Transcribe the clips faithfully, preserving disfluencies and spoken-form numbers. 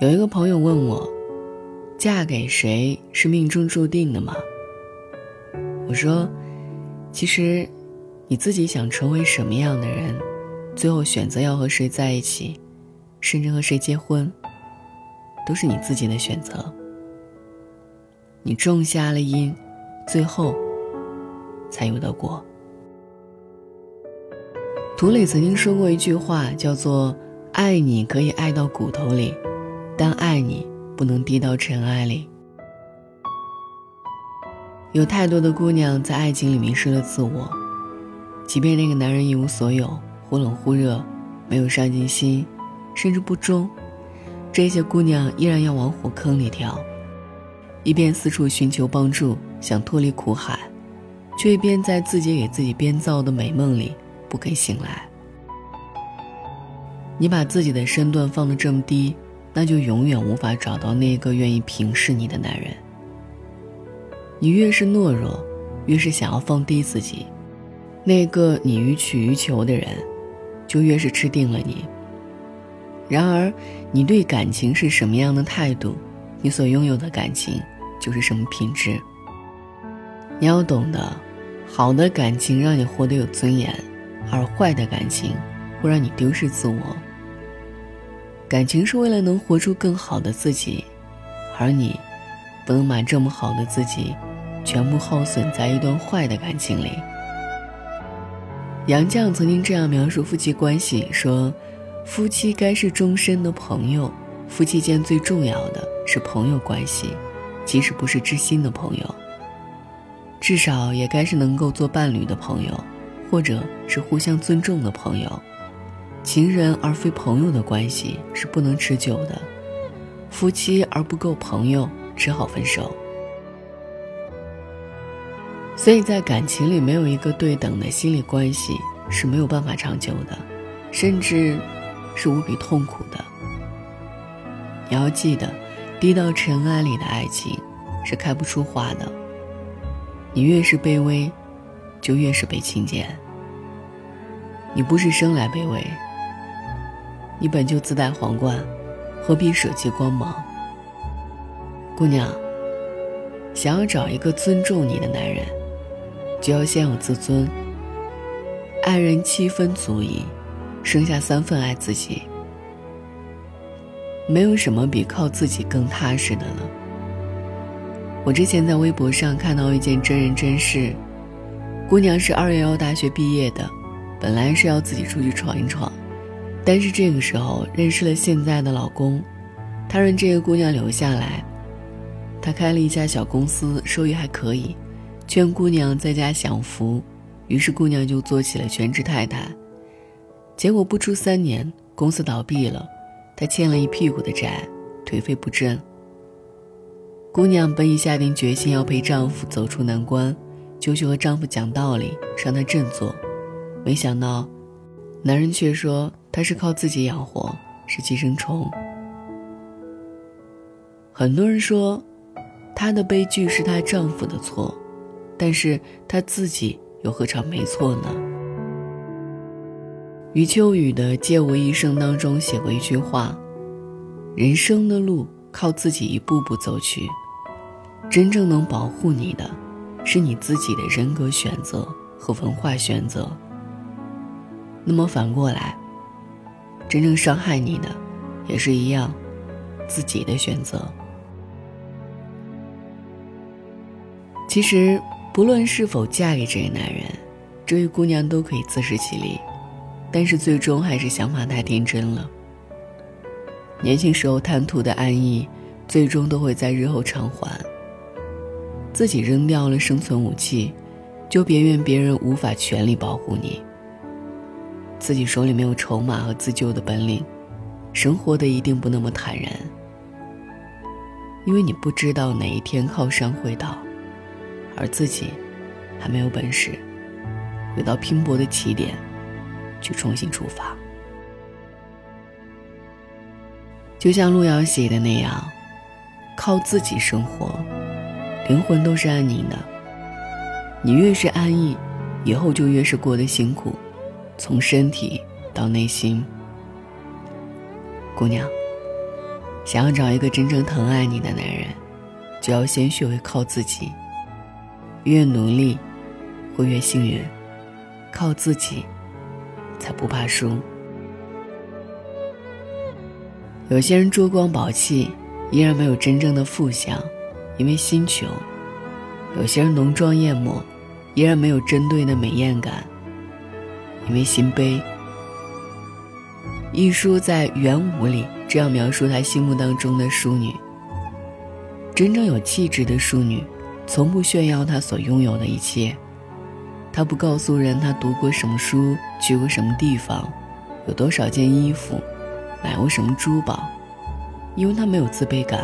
有一个朋友问我，嫁给谁是命中注定的吗？我说，其实你自己想成为什么样的人，最后选择要和谁在一起，甚至和谁结婚，都是你自己的选择。你种下了因，最后才有的果。涂磊曾经说过一句话，叫做爱你可以爱到骨头里，但爱你不能滴到尘埃里。有太多的姑娘在爱情里迷失了自我，即便那个男人一无所有，忽冷忽热，没有上进心，甚至不忠，这些姑娘依然要往火坑里跳，一边四处寻求帮助，想脱离苦海，却一边在自己给自己编造的美梦里不肯醒来。你把自己的身段放得这么低，那就永远无法找到那个愿意平视你的男人。你越是懦弱，越是想要放低自己，那个你予取予求的人就越是吃定了你。然而你对感情是什么样的态度，你所拥有的感情就是什么品质。你要懂得，好的感情让你活得有尊严，而坏的感情会让你丢失自我。感情是为了能活出更好的自己，而你不能把这么好的自己全部耗损在一段坏的感情里。杨绛曾经这样描述夫妻关系，说夫妻该是终身的朋友，夫妻间最重要的是朋友关系，即使不是知心的朋友，至少也该是能够做伴侣的朋友，或者是互相尊重的朋友。情人而非朋友的关系是不能持久的，夫妻而不够朋友，只好分手。所以在感情里没有一个对等的心理关系是没有办法长久的，甚至是无比痛苦的。你要记得，滴到尘埃里的爱情是开不出花的，你越是卑微，就越是被轻贱。你不是生来卑微，你本就自带皇冠，何必舍弃光芒？姑娘，想要找一个尊重你的男人，就要先有自尊。爱人七分足矣，剩下三分爱自己。没有什么比靠自己更踏实的了。我之前在微博上看到一件真人真事，姑娘是二一一大学毕业的，本来是要自己出去闯一闯，但是这个时候认识了现在的老公，他让这个姑娘留下来。他开了一家小公司，收益还可以，劝姑娘在家享福，于是姑娘就做起了全职太太。结果不出三年，公司倒闭了，她欠了一屁股的债，颓废不振。姑娘本已下定决心要陪丈夫走出难关，就去和丈夫讲道理，让他振作。没想到男人却说他是靠自己养活，是寄生虫。很多人说她的悲剧是她丈夫的错，但是她自己又何尝没错呢？余秋雨的《借我一生》当中写过一句话，人生的路靠自己一步步走去，真正能保护你的是你自己的人格选择和文化选择。那么反过来，真正伤害你的也是一样，自己的选择。其实不论是否嫁给这个男人，这位姑娘都可以自食其力，但是最终还是想法太天真了。年轻时候贪图的安逸，最终都会在日后偿还。自己扔掉了生存武器，就别怨别人无法全力保护你。自己手里没有筹码和自救的本领，生活的一定不那么坦然。因为你不知道哪一天靠山会倒，而自己还没有本事回到拼搏的起点去重新出发。就像路遥写的那样，靠自己生活，灵魂都是安宁的。你越是安逸，以后就越是过得辛苦，从身体到内心。姑娘， 想要找一个真正疼爱你的男人，就要先学会靠自己。越努力会越幸运，靠自己才不怕输。有些人珠光宝气，依然没有真正的富相，因为心穷；有些人浓妆艳抹，依然没有针对的美艳感，因为心悲。一书在《元武》里这样描述他心目当中的淑女：真正有气质的淑女，从不炫耀她所拥有的一切，她不告诉人她读过什么书，去过什么地方，有多少件衣服，买过什么珠宝，因为她没有自卑感。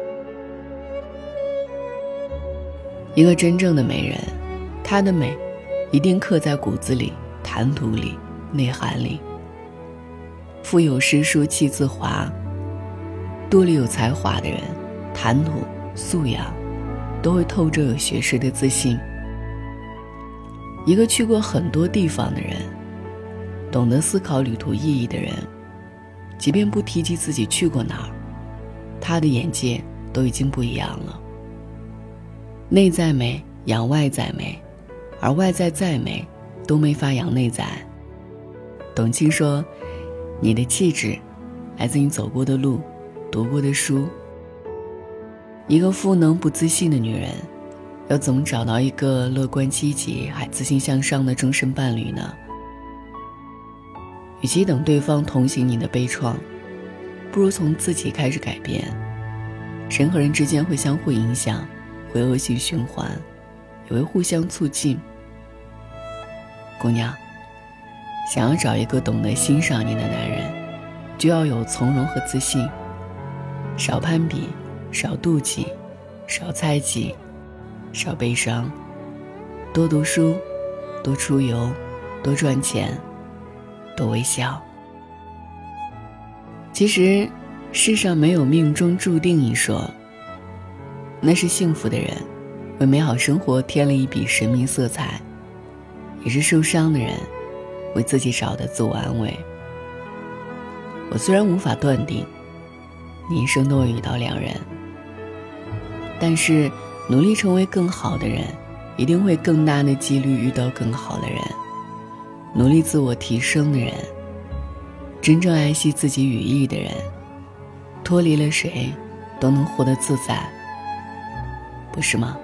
一个真正的美人，她的美一定刻在骨子里、谈吐里、内涵里。腹有诗书气自华，肚里有才华的人，谈吐素养都会透着有学识的自信。一个去过很多地方的人，懂得思考旅途意义的人，即便不提及自己去过哪儿，他的眼界都已经不一样了。内在美养外在美，而外在再美都没法养内在。董卿说，你的气质来自你走过的路，读过的书。一个负能不自信的女人，要怎么找到一个乐观积极还自信向上的终身伴侣呢？与其等对方同行你的悲怆，不如从自己开始改变。人和人之间会相互影响，会恶性循环，也会互相促进。姑娘，想要找一个懂得欣赏你的男人，就要有从容和自信，少攀比，少妒忌，少猜忌，少悲伤，多读书，多出游，多赚钱，多微笑。其实世上没有命中注定一说，那是幸福的人为美好生活添了一笔神秘色彩，也是受伤的人为自己找的自我安慰。我虽然无法断定你一生都会遇到良人，但是努力成为更好的人，一定会更大的几率遇到更好的人。努力自我提升的人，真正爱惜自己羽翼的人，脱离了谁都能活得自在，不是吗？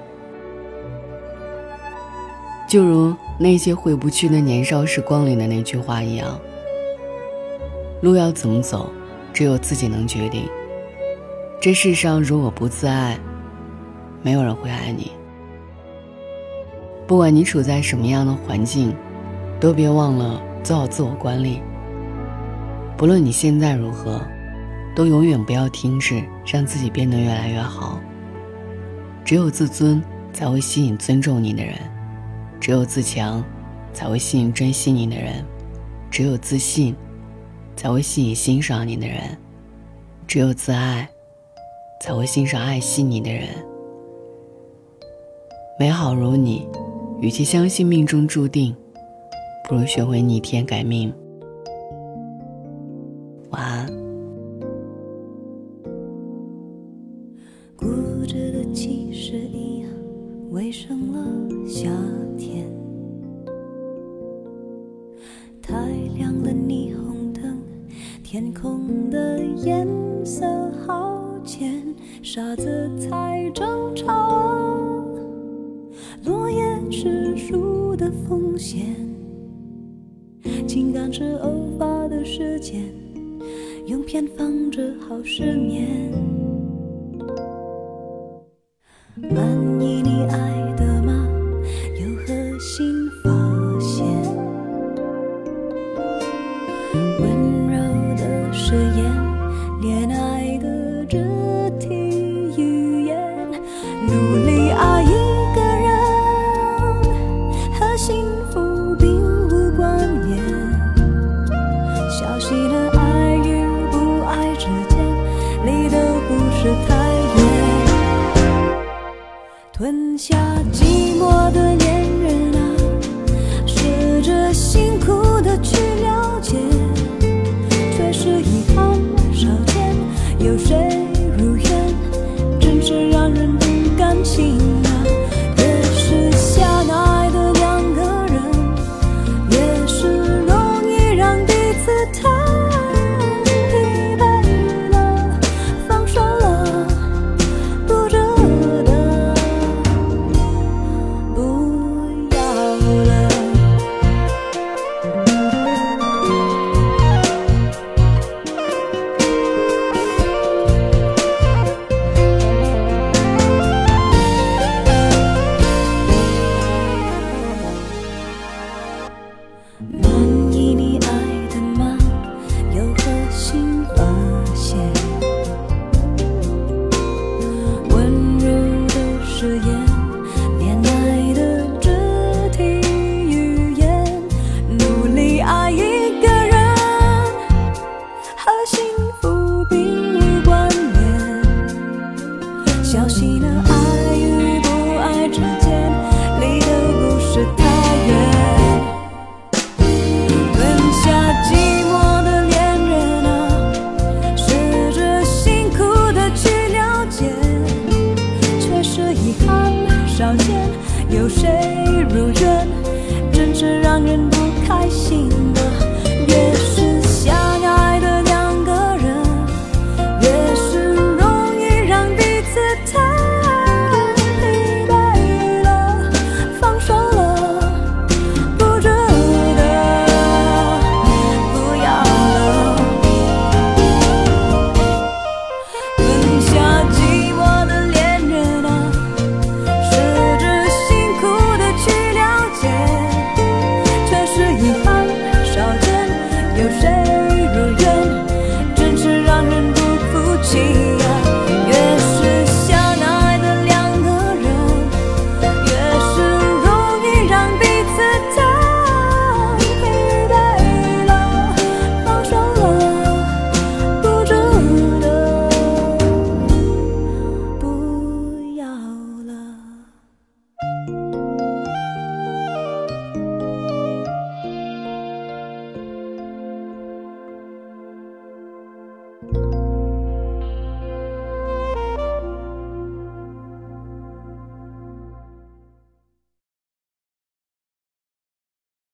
就如那些回不去的年少时光里的那句话一样，路要怎么走，只有自己能决定。这世上如果不自爱，没有人会爱你。不管你处在什么样的环境，都别忘了做好自我管理。不论你现在如何，都永远不要停止让自己变得越来越好。只有自尊才会吸引尊重你的人，只有自强才会吸引珍惜你的人，只有自信才会吸引欣赏你的人，只有自爱才会欣赏爱惜你的人。美好如你，与其相信命中注定，不如学会逆天改命。晚安。 固执的其实一样围上了夏天，太亮的霓虹灯，天空的颜色好浅，傻子才争吵，落叶是树的风险，情感是偶发的事件，用偏方治好失眠。满意你爱的吗？有何新发现？温柔的誓言，恋爱的肢体语言，努力爱一个人和幸福并无关联。小溪的爱与不爱之间，离得不是太远。吞下让人不开心的。也许